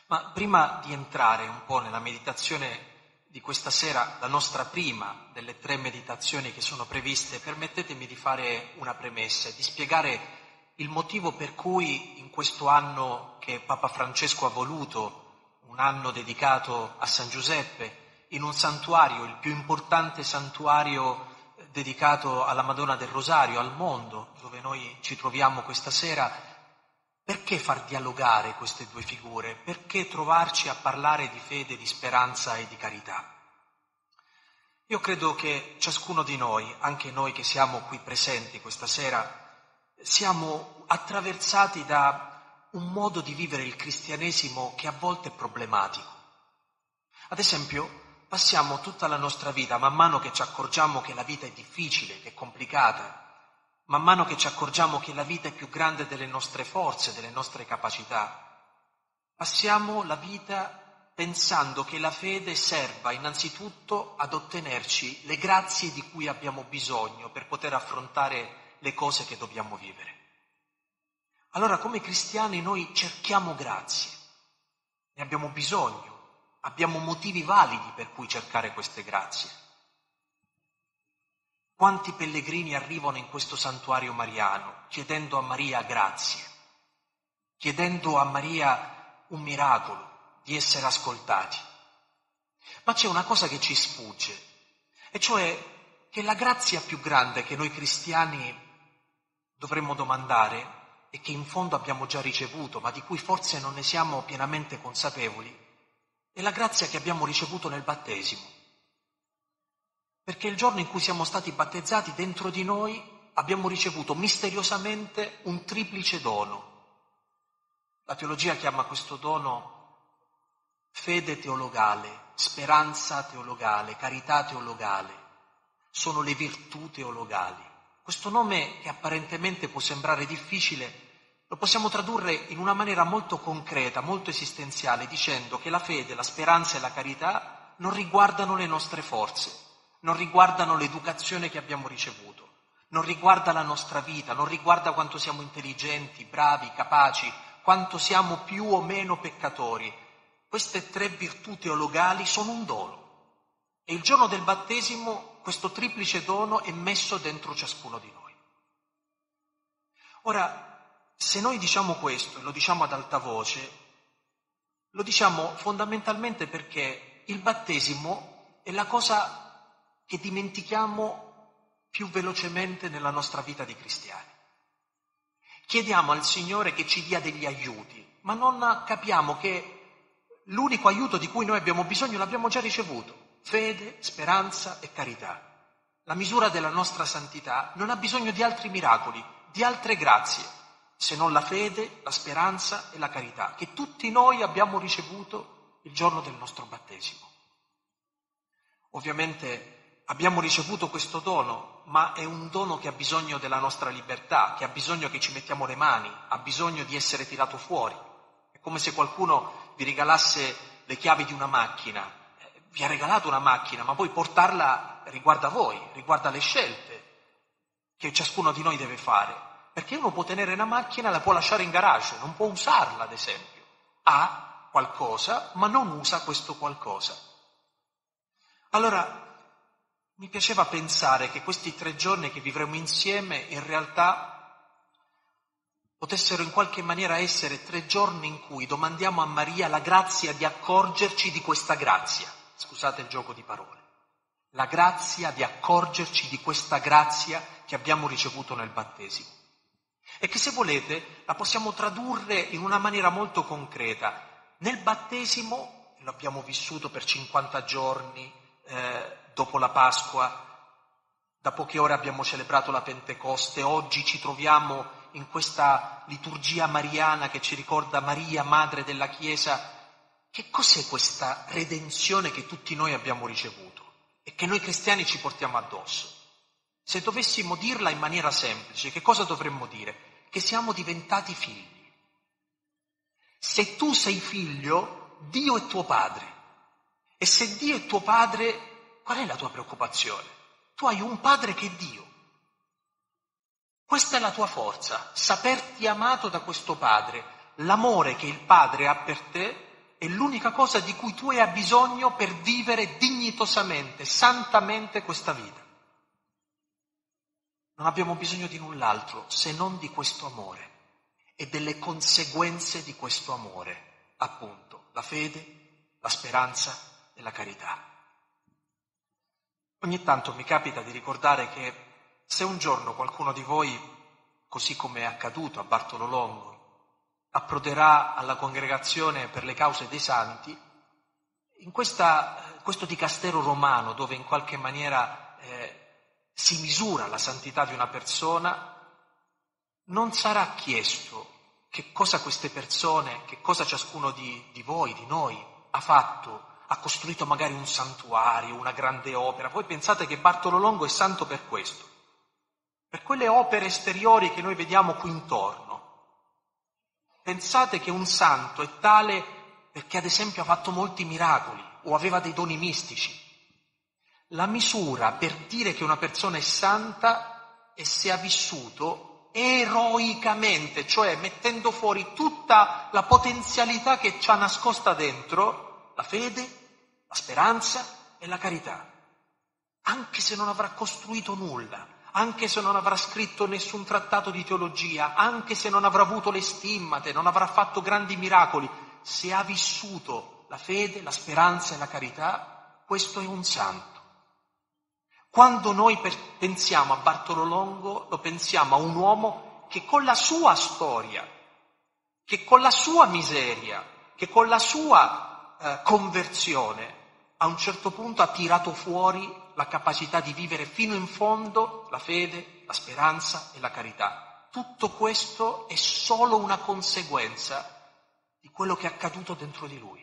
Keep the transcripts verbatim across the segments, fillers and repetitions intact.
Ma prima di entrare un po' nella meditazione di questa sera, la nostra prima delle tre meditazioni che sono previste, permettetemi di fare una premessa, di spiegare il motivo per cui in questo anno che Papa Francesco ha voluto, un anno dedicato a San Giuseppe, in un santuario, il più importante santuario dedicato alla Madonna del Rosario, al mondo, dove noi ci troviamo questa sera. Perché far dialogare queste due figure? Perché trovarci a parlare di fede, di speranza e di carità? Io credo che ciascuno di noi, anche noi che siamo qui presenti questa sera, siamo attraversati da un modo di vivere il cristianesimo che a volte è problematico. Ad esempio, passiamo tutta la nostra vita, man mano che ci accorgiamo che la vita è difficile, che è complicata, man mano che ci accorgiamo che la vita è più grande delle nostre forze, delle nostre capacità, passiamo la vita pensando che la fede serva innanzitutto ad ottenerci le grazie di cui abbiamo bisogno per poter affrontare le cose che dobbiamo vivere. Allora, come cristiani noi cerchiamo grazie, ne abbiamo bisogno, abbiamo motivi validi per cui cercare queste grazie. Quanti pellegrini arrivano in questo santuario mariano chiedendo a Maria grazie, chiedendo a Maria un miracolo, di essere ascoltati. Ma c'è una cosa che ci sfugge, e cioè che la grazia più grande che noi cristiani dovremmo domandare e che in fondo abbiamo già ricevuto, ma di cui forse non ne siamo pienamente consapevoli, è la grazia che abbiamo ricevuto nel battesimo. Perché il giorno in cui siamo stati battezzati, dentro di noi abbiamo ricevuto misteriosamente un triplice dono. La teologia chiama questo dono fede teologale, speranza teologale, carità teologale. Sono le virtù teologali. Questo nome, che apparentemente può sembrare difficile, lo possiamo tradurre in una maniera molto concreta, molto esistenziale, dicendo che la fede, la speranza e la carità non riguardano le nostre forze, non riguardano l'educazione che abbiamo ricevuto, non riguarda la nostra vita, non riguarda quanto siamo intelligenti, bravi, capaci, quanto siamo più o meno peccatori. Queste tre virtù teologali sono un dono e il giorno del battesimo questo triplice dono è messo dentro ciascuno di noi. Ora, se noi diciamo questo e lo diciamo ad alta voce, lo diciamo fondamentalmente perché il battesimo è la cosa che dimentichiamo più velocemente nella nostra vita di cristiani. Chiediamo al Signore che ci dia degli aiuti, ma non capiamo che l'unico aiuto di cui noi abbiamo bisogno l'abbiamo già ricevuto: fede, speranza e carità. La misura della nostra santità non ha bisogno di altri miracoli, di altre grazie, se non la fede, la speranza e la carità, che tutti noi abbiamo ricevuto il giorno del nostro battesimo. Ovviamente abbiamo ricevuto questo dono, ma è un dono che ha bisogno della nostra libertà, che ha bisogno che ci mettiamo le mani, ha bisogno di essere tirato fuori. È come se qualcuno vi regalasse le chiavi di una macchina. Vi ha regalato una macchina, ma poi portarla riguarda voi, riguarda le scelte che ciascuno di noi deve fare. Perché uno può tenere una macchina e la può lasciare in garage, non può usarla, ad esempio. Ha qualcosa, ma non usa questo qualcosa. Allora, mi piaceva pensare che questi tre giorni che vivremo insieme in realtà potessero in qualche maniera essere tre giorni in cui domandiamo a Maria la grazia di accorgerci di questa grazia. Scusate il gioco di parole. La grazia di accorgerci di questa grazia che abbiamo ricevuto nel battesimo. E che, se volete, la possiamo tradurre in una maniera molto concreta. Nel battesimo, lo abbiamo vissuto per cinquanta giorni, eh, dopo la Pasqua, da poche ore abbiamo celebrato la Pentecoste, oggi ci troviamo in questa liturgia mariana che ci ricorda Maria, Madre della Chiesa. Che cos'è questa redenzione che tutti noi abbiamo ricevuto e che noi cristiani ci portiamo addosso? Se dovessimo dirla in maniera semplice, che cosa dovremmo dire? Che siamo diventati figli. Se tu sei figlio, Dio è tuo padre. E se Dio è tuo padre, qual è la tua preoccupazione? Tu hai un padre che è Dio. Questa è la tua forza, saperti amato da questo padre. L'amore che il padre ha per te è l'unica cosa di cui tu hai bisogno per vivere dignitosamente, santamente questa vita. Non abbiamo bisogno di null'altro se non di questo amore e delle conseguenze di questo amore, appunto, la fede, la speranza e la carità. Ogni tanto mi capita di ricordare che se un giorno qualcuno di voi, così come è accaduto a Bartolo Longo, approderà alla congregazione per le cause dei santi, in questa, questo dicastero romano dove in qualche maniera eh, si misura la santità di una persona, non sarà chiesto che cosa queste persone, che cosa ciascuno di, di voi, di noi, ha fatto, ha costruito magari un santuario, una grande opera. Voi pensate che Bartolo Longo è santo per questo, per quelle opere esteriori che noi vediamo qui intorno. Pensate che un santo è tale perché ad esempio ha fatto molti miracoli o aveva dei doni mistici. La misura per dire che una persona è santa è se ha vissuto eroicamente, cioè mettendo fuori tutta la potenzialità che ci ha nascosta dentro, la fede, la speranza e la carità. Anche se non avrà costruito nulla, anche se non avrà scritto nessun trattato di teologia, anche se non avrà avuto le stimmate, non avrà fatto grandi miracoli, se ha vissuto la fede, la speranza e la carità, questo è un santo. Quando noi per, pensiamo a Bartolo Longo, lo pensiamo a un uomo che con la sua storia, che con la sua miseria, che con la sua eh, conversione, a un certo punto ha tirato fuori la capacità di vivere fino in fondo la fede, la speranza e la carità. Tutto questo è solo una conseguenza di quello che è accaduto dentro di lui.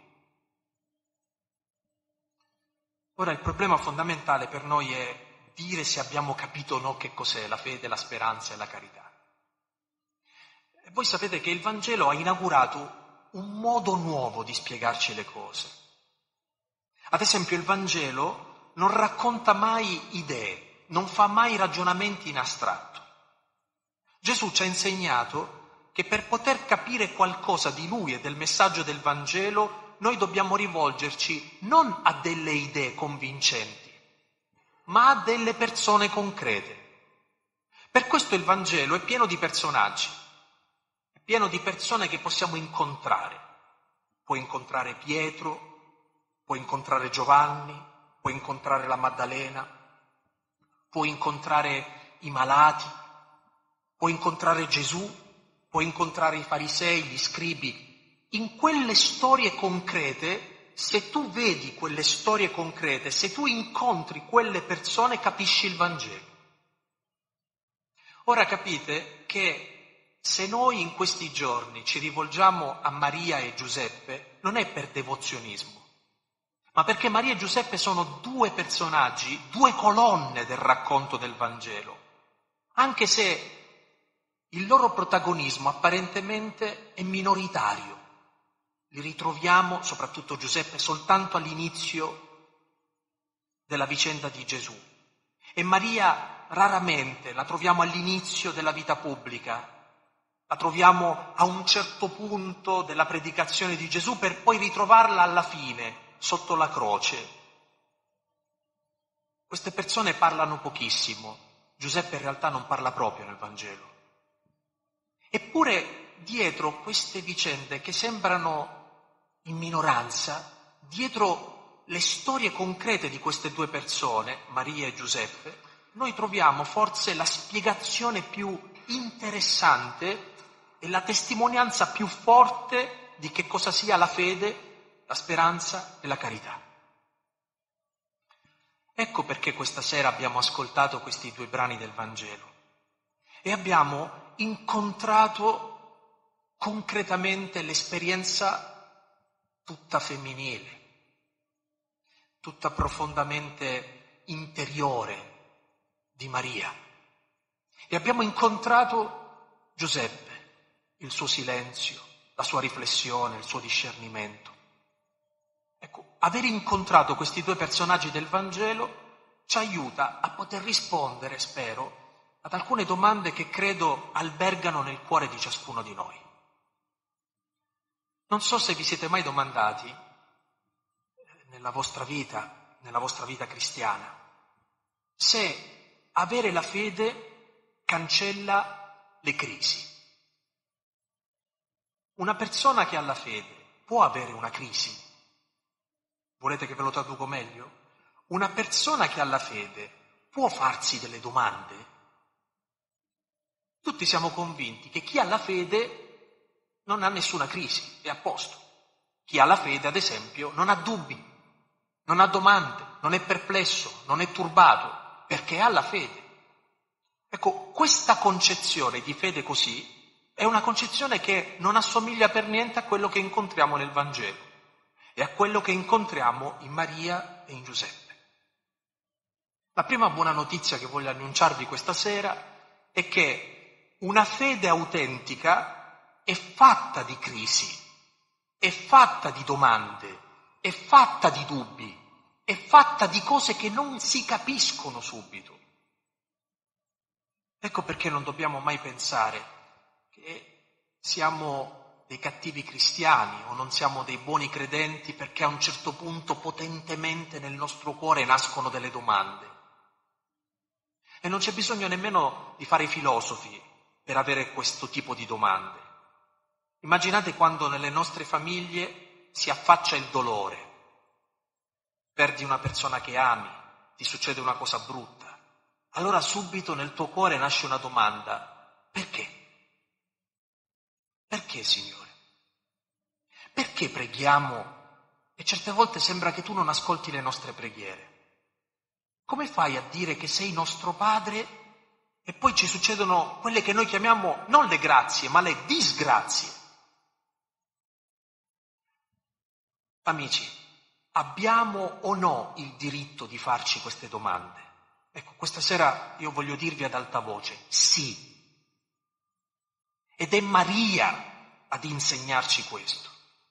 Ora il problema fondamentale per noi è dire se abbiamo capito o no che cos'è la fede, la speranza e la carità. E voi sapete che il Vangelo ha inaugurato un modo nuovo di spiegarci le cose. Ad esempio il Vangelo non racconta mai idee, non fa mai ragionamenti in astratto. Gesù ci ha insegnato che per poter capire qualcosa di Lui e del messaggio del Vangelo, noi dobbiamo rivolgerci non a delle idee convincenti, ma a delle persone concrete. Per questo il Vangelo è pieno di personaggi, è pieno di persone che possiamo incontrare. Puoi incontrare Pietro, puoi incontrare Giovanni, puoi incontrare la Maddalena, puoi incontrare i malati, puoi incontrare Gesù, puoi incontrare i farisei, gli scribi. In quelle storie concrete, se tu vedi quelle storie concrete, se tu incontri quelle persone, capisci il Vangelo. Ora capite che se noi in questi giorni ci rivolgiamo a Maria e Giuseppe, non è per devozionismo, ma perché Maria e Giuseppe sono due personaggi, due colonne del racconto del Vangelo, anche se il loro protagonismo apparentemente è minoritario. Li ritroviamo, soprattutto Giuseppe, soltanto all'inizio della vicenda di Gesù. E Maria raramente la troviamo all'inizio della vita pubblica, la troviamo a un certo punto della predicazione di Gesù per poi ritrovarla alla fine, sotto la croce. Queste persone parlano pochissimo, Giuseppe in realtà non parla proprio nel Vangelo. Eppure dietro queste vicende che sembrano in minoranza, dietro le storie concrete di queste due persone, Maria e Giuseppe, noi troviamo forse la spiegazione più interessante e la testimonianza più forte di che cosa sia la fede, la speranza e la carità. Ecco perché questa sera abbiamo ascoltato questi due brani del Vangelo e abbiamo incontrato concretamente l'esperienza tutta femminile, tutta profondamente interiore di Maria. E abbiamo incontrato Giuseppe, il suo silenzio, la sua riflessione, il suo discernimento. Ecco, aver incontrato questi due personaggi del Vangelo ci aiuta a poter rispondere, spero, ad alcune domande che credo albergano nel cuore di ciascuno di noi. Non so se vi siete mai domandati nella vostra vita, nella vostra vita cristiana, se avere la fede cancella le crisi. Una persona che ha la fede può avere una crisi? Volete che ve lo traduco meglio? Una persona che ha la fede può farsi delle domande? Tutti siamo convinti che chi ha la fede non ha nessuna crisi, è a posto. Chi ha la fede, ad esempio, non ha dubbi, non ha domande, non è perplesso, non è turbato, perché ha la fede. Ecco, questa concezione di fede così è una concezione che non assomiglia per niente a quello che incontriamo nel Vangelo e a quello che incontriamo in Maria e in Giuseppe. La prima buona notizia che voglio annunciarvi questa sera è che una fede autentica è fatta di crisi, è fatta di domande, è fatta di dubbi, è fatta di cose che non si capiscono subito. Ecco perché non dobbiamo mai pensare che siamo dei cattivi cristiani o non siamo dei buoni credenti perché a un certo punto potentemente nel nostro cuore nascono delle domande. E non c'è bisogno nemmeno di fare i filosofi per avere questo tipo di domande. Immaginate quando nelle nostre famiglie si affaccia il dolore, perdi una persona che ami, ti succede una cosa brutta, allora subito nel tuo cuore nasce una domanda: perché? Perché, Signore? Perché preghiamo e certe volte sembra che tu non ascolti le nostre preghiere? Come fai a dire che sei nostro Padre e poi ci succedono quelle che noi chiamiamo non le grazie, ma le disgrazie? Amici, abbiamo o no il diritto di farci queste domande? Ecco, questa sera io voglio dirvi ad alta voce, sì. Ed è Maria ad insegnarci questo.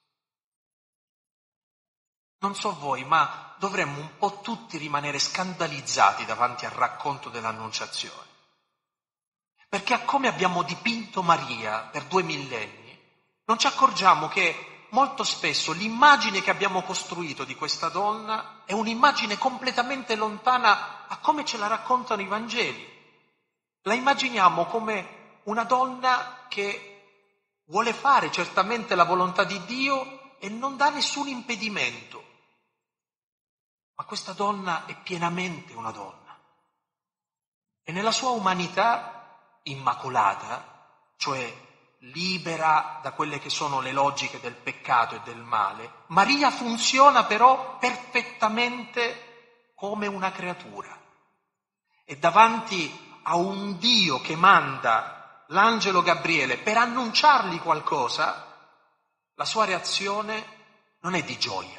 Non so voi, ma dovremmo un po' tutti rimanere scandalizzati davanti al racconto dell'Annunciazione. Perché a come abbiamo dipinto Maria per due millenni, non ci accorgiamo che molto spesso l'immagine che abbiamo costruito di questa donna è un'immagine completamente lontana a come ce la raccontano i Vangeli. La immaginiamo come una donna che vuole fare certamente la volontà di Dio e non dà nessun impedimento. Ma questa donna è pienamente una donna. E nella sua umanità immacolata, cioè libera da quelle che sono le logiche del peccato e del male, Maria funziona però perfettamente come una creatura. E davanti a un Dio che manda l'angelo Gabriele per annunciargli qualcosa, la sua reazione non è di gioia.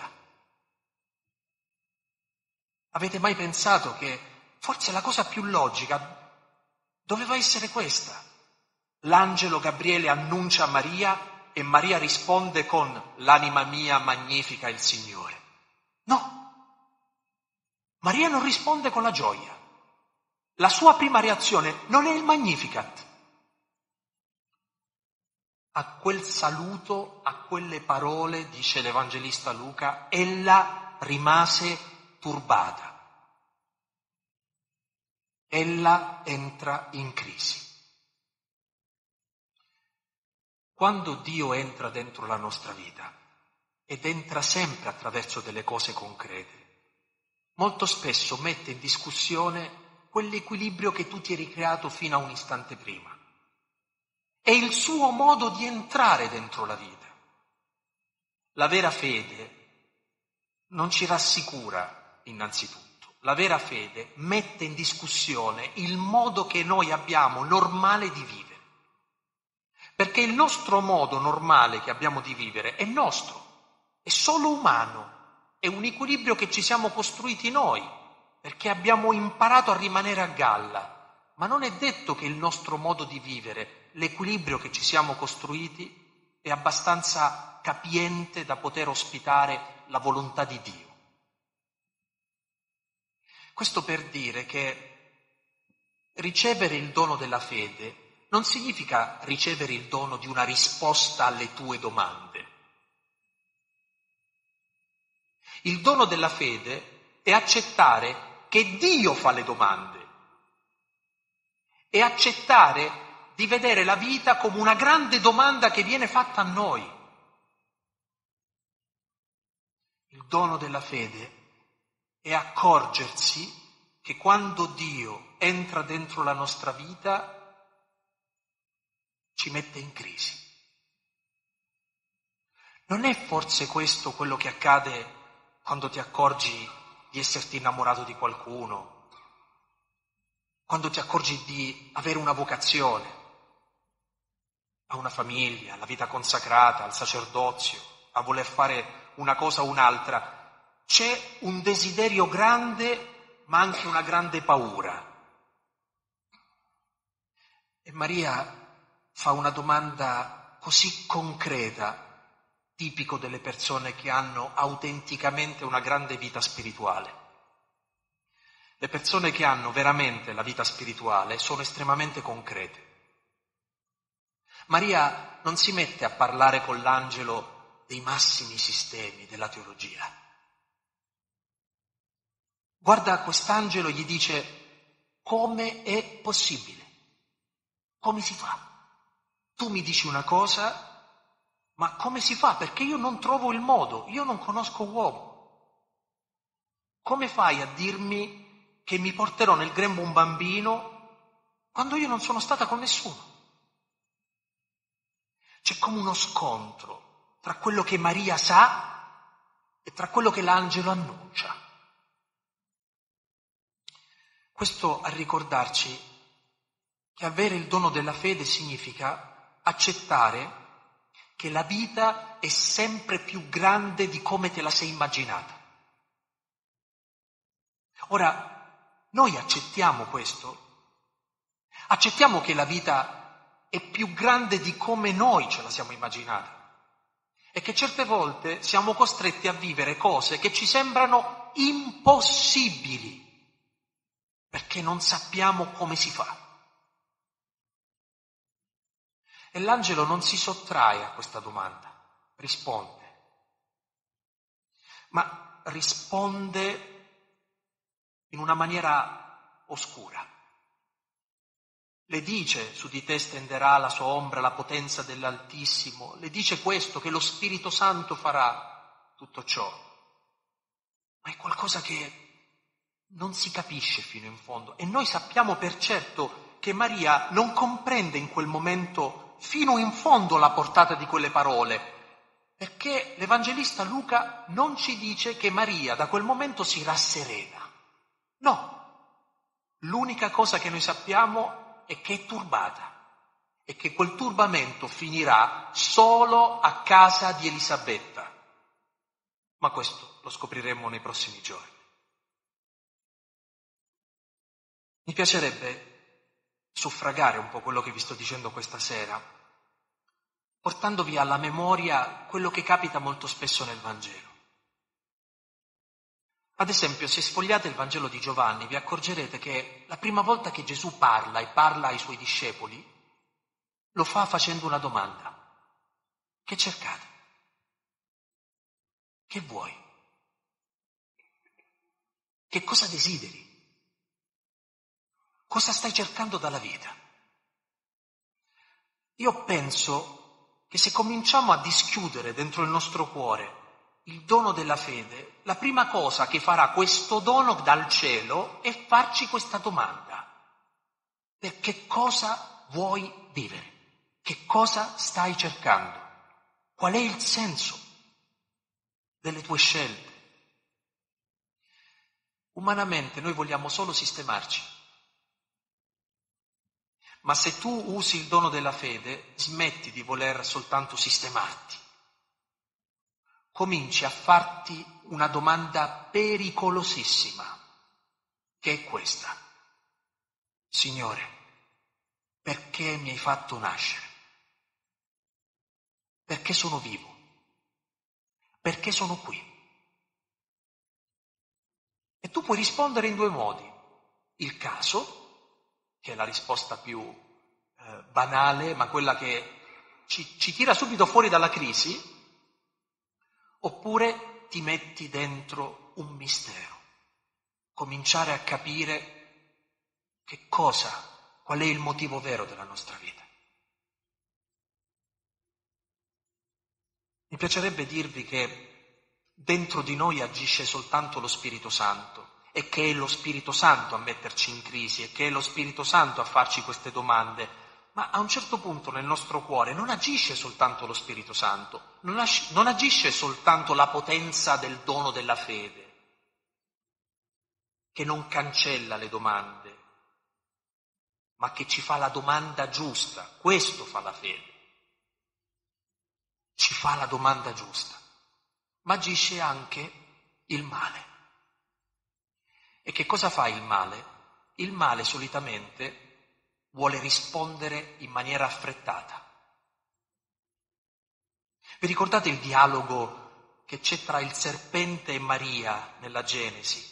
Avete mai pensato che forse la cosa più logica doveva essere questa? L'angelo Gabriele annuncia a Maria e Maria risponde con «L'anima mia magnifica il Signore». No, Maria non risponde con la gioia. La sua prima reazione non è il Magnificat. A quel saluto, a quelle parole, dice l'Evangelista Luca, ella rimase turbata. Ella entra in crisi. Quando Dio entra dentro la nostra vita, ed entra sempre attraverso delle cose concrete, molto spesso mette in discussione quell'equilibrio che tu ti eri creato fino a un istante prima. È il suo modo di entrare dentro la vita. La vera fede non ci rassicura innanzitutto. La vera fede mette in discussione il modo che noi abbiamo normale di vivere. Perché il nostro modo normale che abbiamo di vivere è nostro, è solo umano, è un equilibrio che ci siamo costruiti noi, perché abbiamo imparato a rimanere a galla. Ma non è detto che il nostro modo di vivere, l'equilibrio che ci siamo costruiti, è abbastanza capiente da poter ospitare la volontà di Dio. Questo per dire che ricevere il dono della fede non significa ricevere il dono di una risposta alle tue domande. Il dono della fede è accettare che Dio fa le domande, è accettare di vedere la vita come una grande domanda che viene fatta a noi. Il dono della fede è accorgersi che quando Dio entra dentro la nostra vita ci mette in crisi. Non è forse questo quello che accade quando ti accorgi di esserti innamorato di qualcuno, quando ti accorgi di avere una vocazione, a una famiglia, alla vita consacrata, al sacerdozio, a voler fare una cosa o un'altra? C'è un desiderio grande, ma anche una grande paura. E Maria fa una domanda così concreta, tipico delle persone che hanno autenticamente una grande vita spirituale. Le persone che hanno veramente la vita spirituale sono estremamente concrete. Maria non si mette a parlare con l'angelo dei massimi sistemi della teologia. Guarda quest'angelo e gli dice: come è possibile? Come si fa? Tu mi dici una cosa, ma come si fa? Perché io non trovo il modo, io non conosco uomo. Come fai a dirmi che mi porterò nel grembo un bambino quando io non sono stata con nessuno? C'è come uno scontro tra quello che Maria sa e tra quello che l'angelo annuncia. Questo a ricordarci che avere il dono della fede significa accettare che la vita è sempre più grande di come te la sei immaginata. Ora, noi accettiamo questo? Accettiamo che la vita è più grande di come noi ce la siamo immaginata e che certe volte siamo costretti a vivere cose che ci sembrano impossibili perché non sappiamo come si fa. E l'angelo non si sottrae a questa domanda, risponde, ma risponde in una maniera oscura. Le dice: su di te stenderà la sua ombra la potenza dell'Altissimo, le dice questo, che lo Spirito Santo farà tutto ciò, ma è qualcosa che non si capisce fino in fondo e noi sappiamo per certo che Maria non comprende in quel momento fino in fondo la portata di quelle parole, perché l'Evangelista Luca non ci dice che Maria da quel momento si rasserena. No, l'unica cosa che noi sappiamo è che è turbata e che quel turbamento finirà solo a casa di Elisabetta. Ma questo lo scopriremo nei prossimi giorni. Mi piacerebbe suffragare un po' quello che vi sto dicendo questa sera, portandovi alla memoria quello che capita molto spesso nel Vangelo. Ad esempio, se sfogliate il Vangelo di Giovanni, vi accorgerete che la prima volta che Gesù parla e parla ai suoi discepoli, lo fa facendo una domanda. Che cercate? Che vuoi? Che cosa desideri? Cosa stai cercando dalla vita? Io penso che se cominciamo a dischiudere dentro il nostro cuore il dono della fede, la prima cosa che farà questo dono dal cielo è farci questa domanda. Per che cosa vuoi vivere? Che cosa stai cercando? Qual è il senso delle tue scelte? Umanamente noi vogliamo solo sistemarci. Ma se tu usi il dono della fede, smetti di voler soltanto sistemarti. Cominci a farti una domanda pericolosissima, che è questa. Signore, perché mi hai fatto nascere? Perché sono vivo? Perché sono qui? E tu puoi rispondere in due modi. Il caso, che è la risposta più eh, banale, ma quella che ci, ci tira subito fuori dalla crisi, oppure ti metti dentro un mistero. Cominciare a capire che cosa, qual è il motivo vero della nostra vita. Mi piacerebbe dirvi che dentro di noi agisce soltanto lo Spirito Santo e che è lo Spirito Santo a metterci in crisi e che è lo Spirito Santo a farci queste domande. Ma a un certo punto nel nostro cuore non agisce soltanto lo Spirito Santo, non, ag- non agisce soltanto la potenza del dono della fede, che non cancella le domande, ma che ci fa la domanda giusta. Questo fa la fede. Ci fa la domanda giusta. Ma agisce anche il male. E che cosa fa il male? Il male solitamente vuole rispondere in maniera affrettata. Vi ricordate il dialogo che c'è tra il serpente e Maria nella Genesi?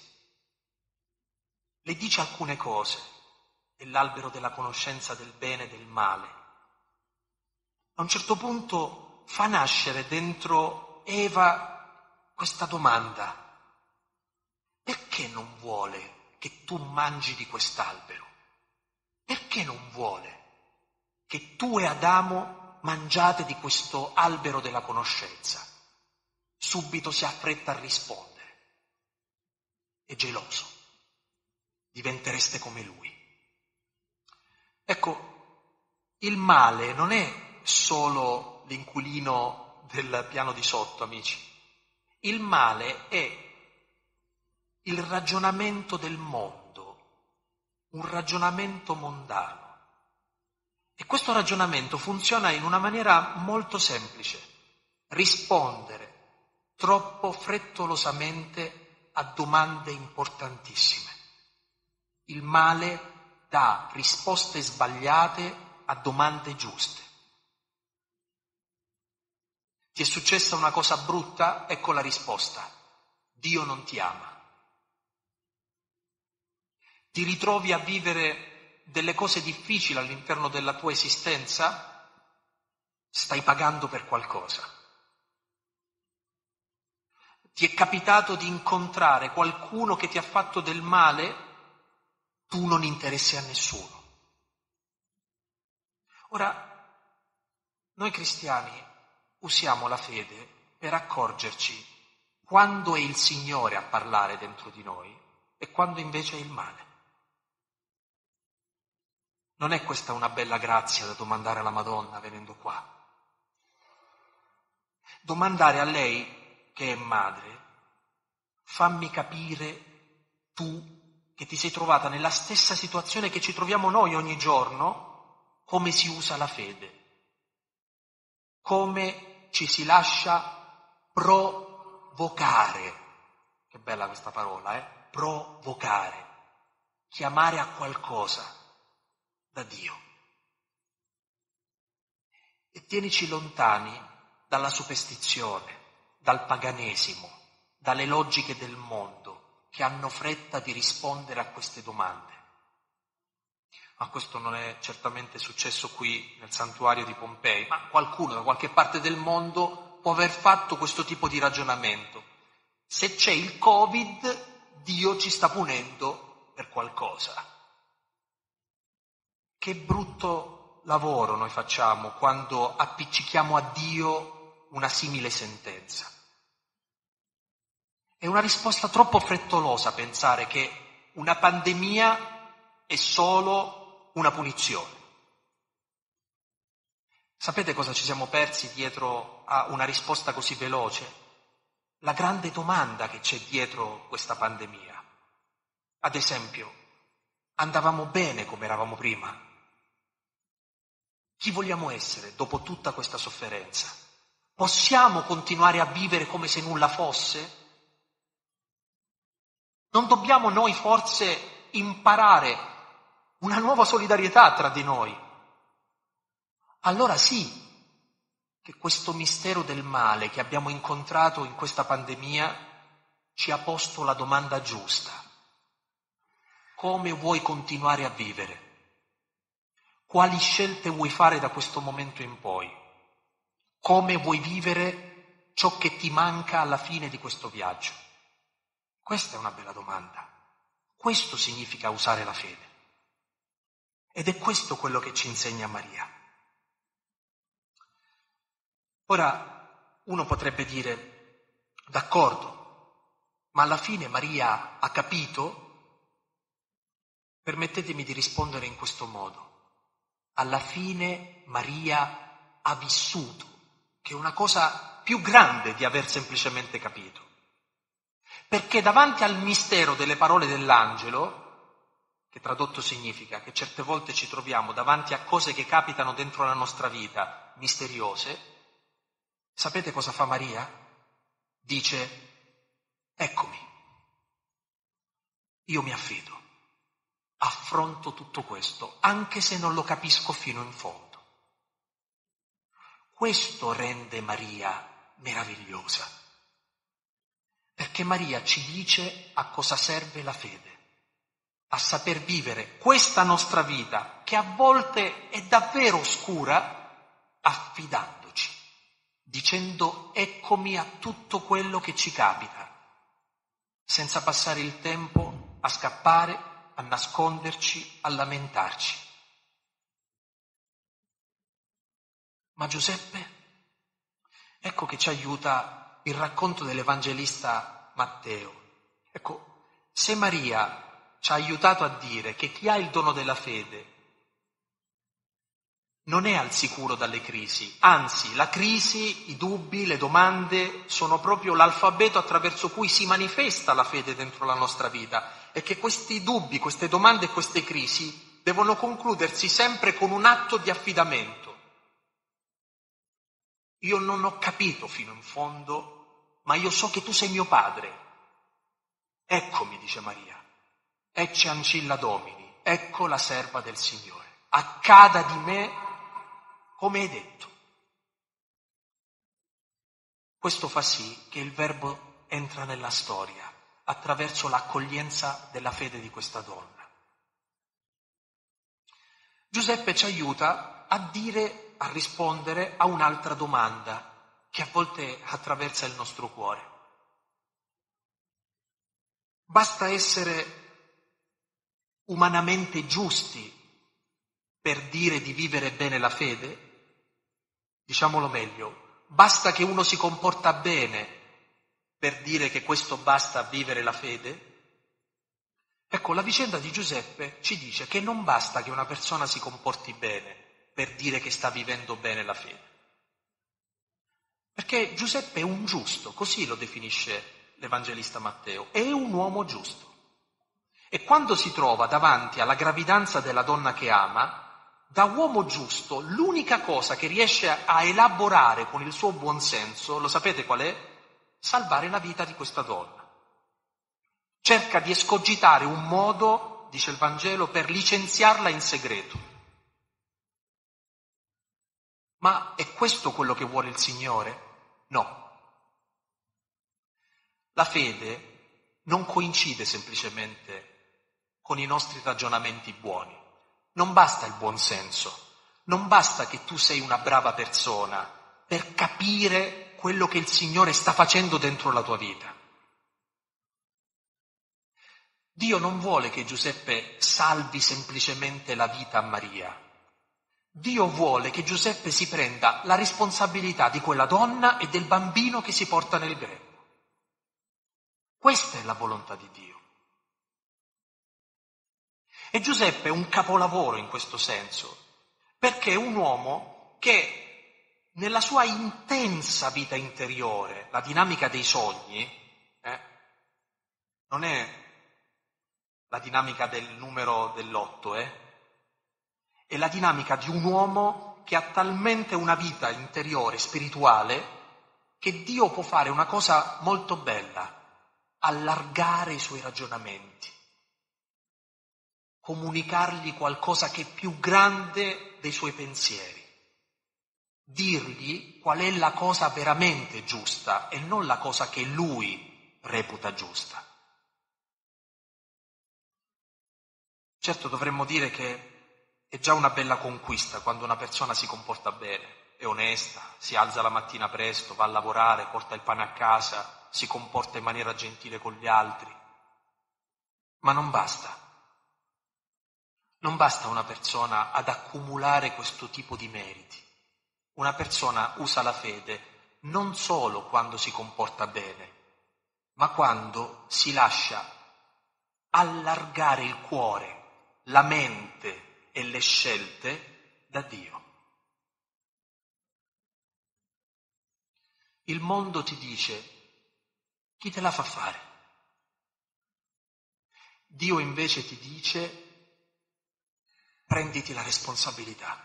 Le dice alcune cose dell'albero della conoscenza del bene e del male. A un certo punto fa nascere dentro Eva questa domanda: perché non vuole che tu mangi di quest'albero? Perché non vuole che tu e Adamo mangiate di questo albero della conoscenza? Subito si affretta a rispondere: è geloso, diventereste come lui. Ecco, il male non è solo l'inquilino del piano di sotto, amici. Il male è il ragionamento del mondo, un ragionamento mondano. E questo ragionamento funziona in una maniera molto semplice: rispondere troppo frettolosamente a domande importantissime. Il male dà risposte sbagliate a domande giuste. Ti è successa una cosa brutta? Ecco la risposta: Dio non ti ama. Ti ritrovi a vivere delle cose difficili all'interno della tua esistenza? Stai pagando per qualcosa. Ti è capitato di incontrare qualcuno che ti ha fatto del male? Tu non interessi a nessuno. Ora, noi cristiani usiamo la fede per accorgerci quando è il Signore a parlare dentro di noi e quando invece è il male. Non è questa una bella grazia da domandare alla Madonna venendo qua? Domandare a lei, che è madre: fammi capire tu, che ti sei trovata nella stessa situazione che ci troviamo noi ogni giorno, come si usa la fede, come ci si lascia provocare. Che bella questa parola, eh? Provocare, chiamare a qualcosa da Dio. E tienici lontani dalla superstizione, dal paganesimo, dalle logiche del mondo che hanno fretta di rispondere a queste domande. Ma questo non è certamente successo qui nel santuario di Pompei, ma qualcuno da qualche parte del mondo può aver fatto questo tipo di ragionamento. Se c'è il Covid, Dio ci sta punendo per qualcosa. Che brutto lavoro noi facciamo quando appiccichiamo a Dio una simile sentenza. È una risposta troppo frettolosa pensare che una pandemia è solo una punizione. Sapete cosa ci siamo persi dietro a una risposta così veloce? La grande domanda che c'è dietro questa pandemia. Ad esempio, andavamo bene come eravamo prima? Chi vogliamo essere dopo tutta questa sofferenza? Possiamo continuare a vivere come se nulla fosse? Non dobbiamo noi forse imparare una nuova solidarietà tra di noi? Allora sì, che questo mistero del male che abbiamo incontrato in questa pandemia ci ha posto la domanda giusta. Come vuoi continuare a vivere? Quali scelte vuoi fare da questo momento in poi? Come vuoi vivere ciò che ti manca alla fine di questo viaggio? Questa è una bella domanda. Questo significa usare la fede. Ed è questo quello che ci insegna Maria. Ora, uno potrebbe dire, d'accordo, ma alla fine Maria ha capito? Permettetemi di rispondere in questo modo. Alla fine Maria ha vissuto, che è una cosa più grande di aver semplicemente capito. Perché davanti al mistero delle parole dell'angelo, che tradotto significa che certe volte ci troviamo davanti a cose che capitano dentro la nostra vita, misteriose, sapete cosa fa Maria? Dice, eccomi, io mi affido, affronto tutto questo, anche se non lo capisco fino in fondo. Questo rende Maria meravigliosa, perché Maria ci dice a cosa serve la fede, a saper vivere questa nostra vita, che a volte è davvero oscura, affidandoci, dicendo eccomi a tutto quello che ci capita, senza passare il tempo a scappare, a nasconderci, a lamentarci. Ma Giuseppe, ecco che ci aiuta il racconto dell'Evangelista Matteo. Ecco, se Maria ci ha aiutato a dire che chi ha il dono della fede non è al sicuro dalle crisi, anzi la crisi, i dubbi, le domande sono proprio l'alfabeto attraverso cui si manifesta la fede dentro la nostra vita, e che questi dubbi, queste domande e queste crisi devono concludersi sempre con un atto di affidamento. Io non ho capito fino in fondo, ma io so che tu sei mio padre. Eccomi, dice Maria, ecce ancilla Domini, ecco la serva del Signore. Accada di me come hai detto. Questo fa sì che il Verbo entra nella storia attraverso l'accoglienza della fede di questa donna. Giuseppe ci aiuta a dire, a rispondere a un'altra domanda che a volte attraversa il nostro cuore. Basta essere umanamente giusti per dire di vivere bene la fede? Diciamolo meglio, basta che uno si comporta bene per dire che questo basta a vivere la fede? Ecco, la vicenda di Giuseppe ci dice che non basta che una persona si comporti bene per dire che sta vivendo bene la fede. Perché Giuseppe è un giusto, così lo definisce l'Evangelista Matteo, è un uomo giusto. E quando si trova davanti alla gravidanza della donna che ama, da uomo giusto, l'unica cosa che riesce a elaborare con il suo buonsenso, lo sapete qual è? Salvare la vita di questa donna. Cerca di escogitare un modo, dice il Vangelo, per licenziarla in segreto. Ma è questo quello che vuole il Signore? No. La fede non coincide semplicemente con i nostri ragionamenti buoni. Non basta il buon senso, non basta che tu sei una brava persona per capire quello che il Signore sta facendo dentro la tua vita. Dio non vuole che Giuseppe salvi semplicemente la vita a Maria. Dio vuole che Giuseppe si prenda la responsabilità di quella donna e del bambino che si porta nel grembo. Questa è la volontà di Dio. E Giuseppe è un capolavoro in questo senso, perché è un uomo che nella sua intensa vita interiore, la dinamica dei sogni, eh, non è la dinamica del numero dell'otto, eh, è la dinamica di un uomo che ha talmente una vita interiore, spirituale, che Dio può fare una cosa molto bella, allargare i suoi ragionamenti, comunicargli qualcosa che è più grande dei suoi pensieri, dirgli qual è la cosa veramente giusta e non la cosa che lui reputa giusta. Certo, dovremmo dire che è già una bella conquista quando una persona si comporta bene, è onesta, si alza la mattina presto, va a lavorare, porta il pane a casa, si comporta in maniera gentile con gli altri. Ma non basta. Non basta una persona ad accumulare questo tipo di meriti. Una persona usa la fede non solo quando si comporta bene, ma quando si lascia allargare il cuore, la mente e le scelte da Dio. Il mondo ti dice: chi te la fa fare? Dio invece ti dice: prenditi la responsabilità.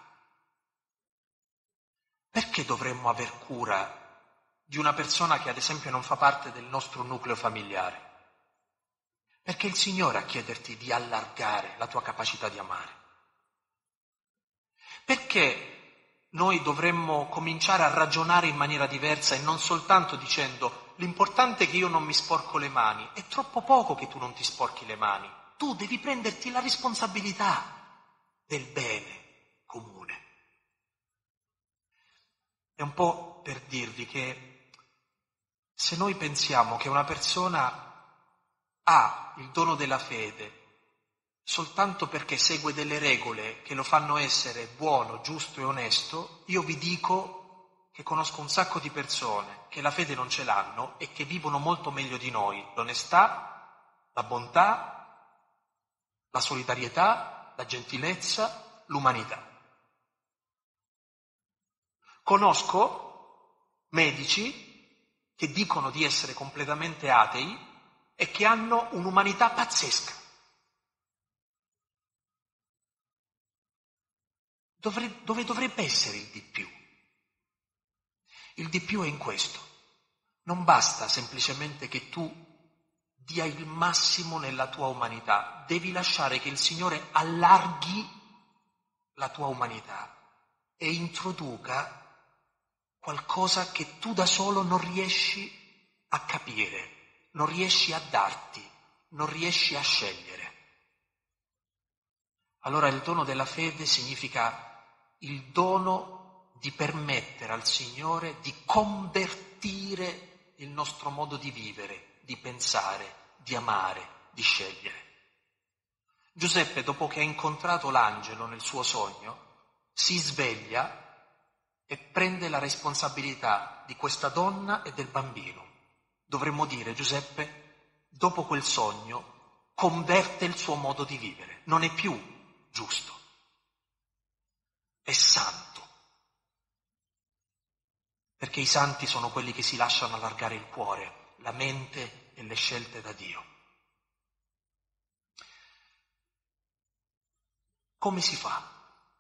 Perché dovremmo aver cura di una persona che ad esempio non fa parte del nostro nucleo familiare? Perché è il Signore a chiederti di allargare la tua capacità di amare. Perché noi dovremmo cominciare a ragionare in maniera diversa e non soltanto dicendo: l'importante è che io non mi sporco le mani. È troppo poco che tu non ti sporchi le mani. Tu devi prenderti la responsabilità del bene comune. È un po' per dirvi che se noi pensiamo che una persona ha il dono della fede soltanto perché segue delle regole che lo fanno essere buono, giusto e onesto, io vi dico che conosco un sacco di persone che la fede non ce l'hanno e che vivono molto meglio di noi l'onestà, la bontà, la solidarietà, la gentilezza, l'umanità. Conosco medici che dicono di essere completamente atei e che hanno un'umanità pazzesca. Dovre- dove dovrebbe essere il di più? Il di più è in questo. Non basta semplicemente che tu dia il massimo nella tua umanità, devi lasciare che il Signore allarghi la tua umanità e introduca qualcosa che tu da solo non riesci a capire, non riesci a darti, non riesci a scegliere. Allora il dono della fede significa il dono di permettere al Signore di convertire il nostro modo di vivere, di pensare, di amare, di scegliere. Giuseppe, dopo che ha incontrato l'angelo nel suo sogno, si sveglia e prende la responsabilità di questa donna e del bambino. Dovremmo dire: Giuseppe, dopo quel sogno, converte il suo modo di vivere. Non è più giusto, è santo. Perché i santi sono quelli che si lasciano allargare il cuore, la mente e le scelte da Dio. Come si fa?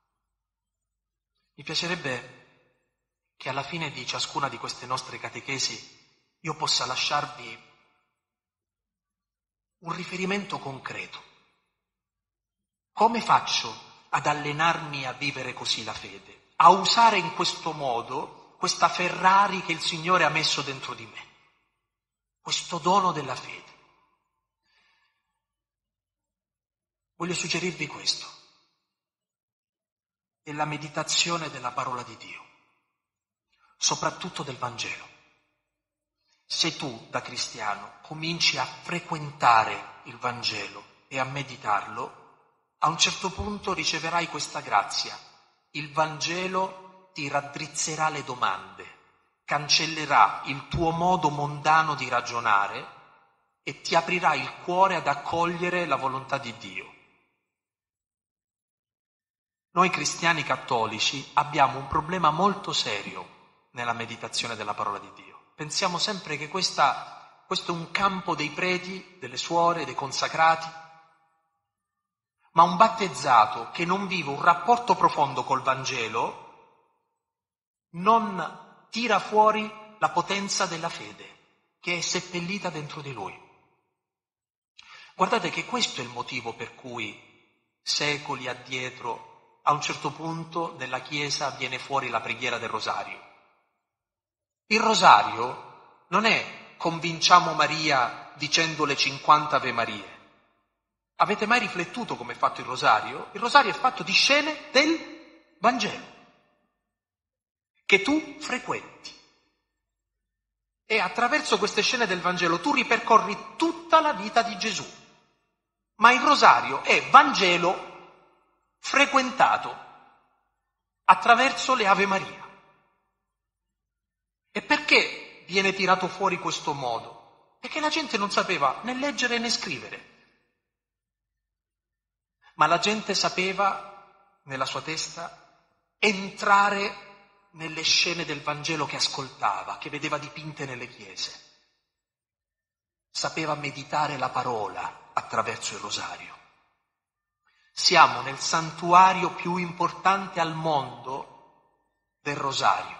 Mi piacerebbe che alla fine di ciascuna di queste nostre catechesi io possa lasciarvi un riferimento concreto. Come faccio ad allenarmi a vivere così la fede? A usare in questo modo questa Ferrari che il Signore ha messo dentro di me, questo dono della fede. Voglio suggerirvi questo: è la meditazione della parola di Dio, soprattutto del Vangelo. Se tu, da cristiano, cominci a frequentare il Vangelo e a meditarlo, a un certo punto riceverai questa grazia. Il Vangelo ti raddrizzerà le domande, cancellerà il tuo modo mondano di ragionare e ti aprirà il cuore ad accogliere la volontà di Dio. Noi cristiani cattolici abbiamo un problema molto serio nella meditazione della parola di Dio. Pensiamo sempre che questa, questo è un campo dei preti, delle suore, dei consacrati, ma un battezzato che non vive un rapporto profondo col Vangelo non tira fuori la potenza della fede che è seppellita dentro di lui. Guardate che questo è il motivo per cui secoli addietro a un certo punto nella Chiesa viene fuori la preghiera del rosario. Il rosario non è convinciamo Maria dicendo le cinquanta Ave Marie. Avete mai riflettuto come è fatto il rosario? Il rosario è fatto di scene del Vangelo. che tu frequenti. E attraverso queste scene del Vangelo tu ripercorri tutta la vita di Gesù. Ma il rosario è Vangelo frequentato attraverso le Ave Maria. E perché viene tirato fuori questo modo? Perché la gente non sapeva né leggere né scrivere. Ma la gente sapeva, nella sua testa, entrare nelle scene del Vangelo che ascoltava, che vedeva dipinte nelle chiese. Sapeva meditare la parola attraverso il rosario. Siamo nel santuario più importante al mondo del rosario.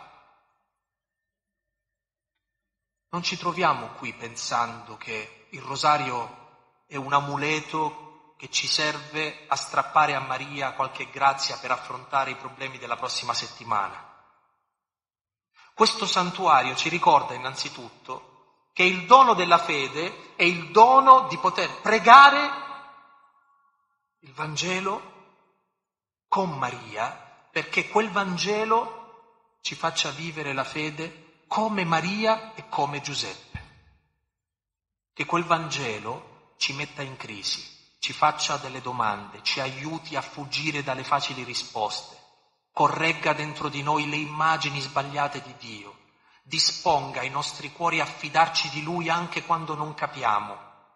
Non ci troviamo qui pensando che il rosario è un amuleto che ci serve a strappare a Maria qualche grazia per affrontare i problemi della prossima settimana. Questo santuario ci ricorda innanzitutto che il dono della fede è il dono di poter pregare il Vangelo con Maria, perché quel Vangelo ci faccia vivere la fede come Maria e come Giuseppe. Che quel Vangelo ci metta in crisi, ci faccia delle domande, ci aiuti a fuggire dalle facili risposte, corregga dentro di noi le immagini sbagliate di Dio, disponga i nostri cuori a fidarci di Lui anche quando non capiamo.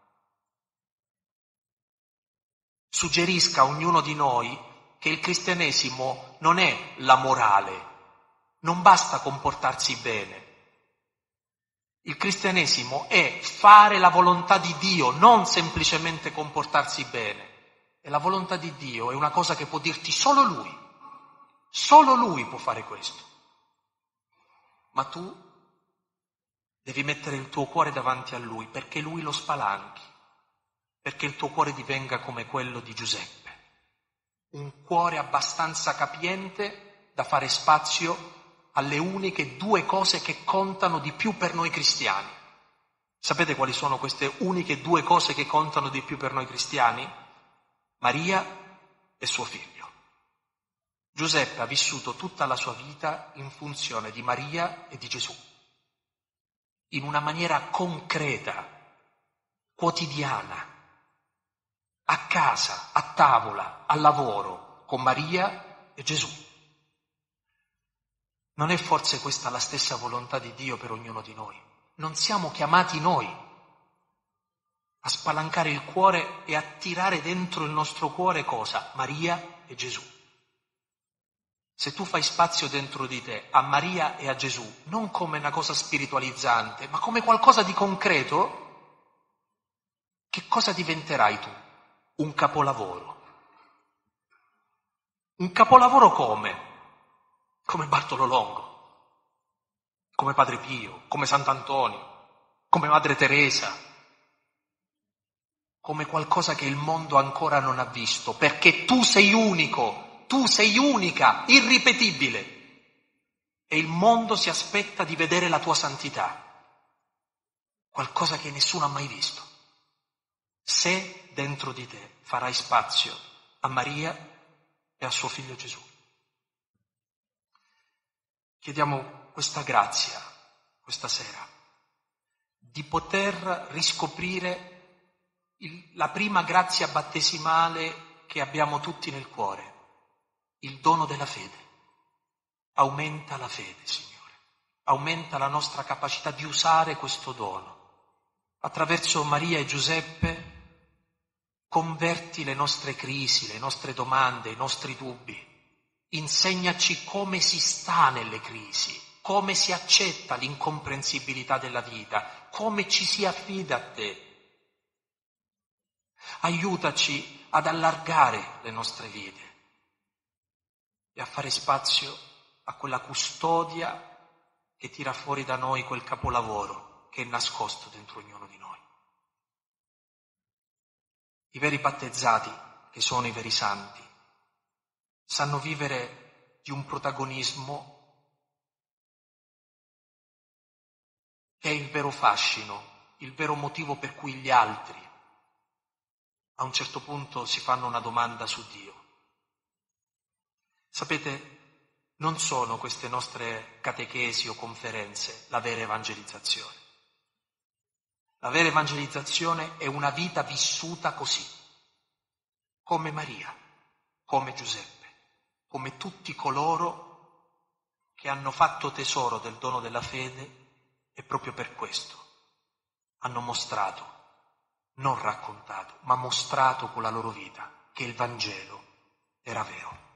Suggerisca a ognuno di noi che il cristianesimo non è la morale, non basta comportarsi bene. Il cristianesimo è fare la volontà di Dio, non semplicemente comportarsi bene. E la volontà di Dio è una cosa che può dirti solo Lui. Solo Lui può fare questo. Ma tu devi mettere il tuo cuore davanti a Lui perché Lui lo spalanchi, perché il tuo cuore divenga come quello di Giuseppe. Un cuore abbastanza capiente da fare spazio alle uniche due cose che contano di più per noi cristiani. Sapete quali sono queste uniche due cose che contano di più per noi cristiani? Maria e suo figlio. Giuseppe ha vissuto tutta la sua vita in funzione di Maria e di Gesù, in una maniera concreta, quotidiana, a casa, a tavola, al lavoro, con Maria e Gesù. Non è forse questa la stessa volontà di Dio per ognuno di noi? Non siamo chiamati noi a spalancare il cuore e a tirare dentro il nostro cuore cosa? Maria e Gesù. Se tu fai spazio dentro di te a Maria e a Gesù, non come una cosa spiritualizzante, ma come qualcosa di concreto, che cosa diventerai tu? Un capolavoro. Un capolavoro come? Come Bartolo Longo, come Padre Pio, come Sant'Antonio, come Madre Teresa, come qualcosa che il mondo ancora non ha visto, perché tu sei unico, tu sei unica, irripetibile, e il mondo si aspetta di vedere la tua santità, qualcosa che nessuno ha mai visto. Se dentro di te farai spazio a Maria e a suo figlio Gesù. Chiediamo questa grazia, questa sera, di poter riscoprire il, la prima grazia battesimale che abbiamo tutti nel cuore, il dono della fede. Aumenta la fede, Signore, aumenta la nostra capacità di usare questo dono. Attraverso Maria e Giuseppe converti le nostre crisi, le nostre domande, i nostri dubbi. Insegnaci come si sta nelle crisi, come si accetta l'incomprensibilità della vita, come ci si affida a te. Aiutaci ad allargare le nostre vite e a fare spazio a quella custodia che tira fuori da noi quel capolavoro che è nascosto dentro ognuno di noi. I veri battezzati, che sono i veri santi, sanno vivere di un protagonismo che è il vero fascino, il vero motivo per cui gli altri a un certo punto si fanno una domanda su Dio. Sapete, Non sono queste nostre catechesi o conferenze la vera evangelizzazione. La vera evangelizzazione è una vita vissuta così, come Maria, come Giuseppe, come tutti coloro che hanno fatto tesoro del dono della fede e proprio per questo hanno mostrato, non raccontato, ma mostrato con la loro vita che il Vangelo era vero.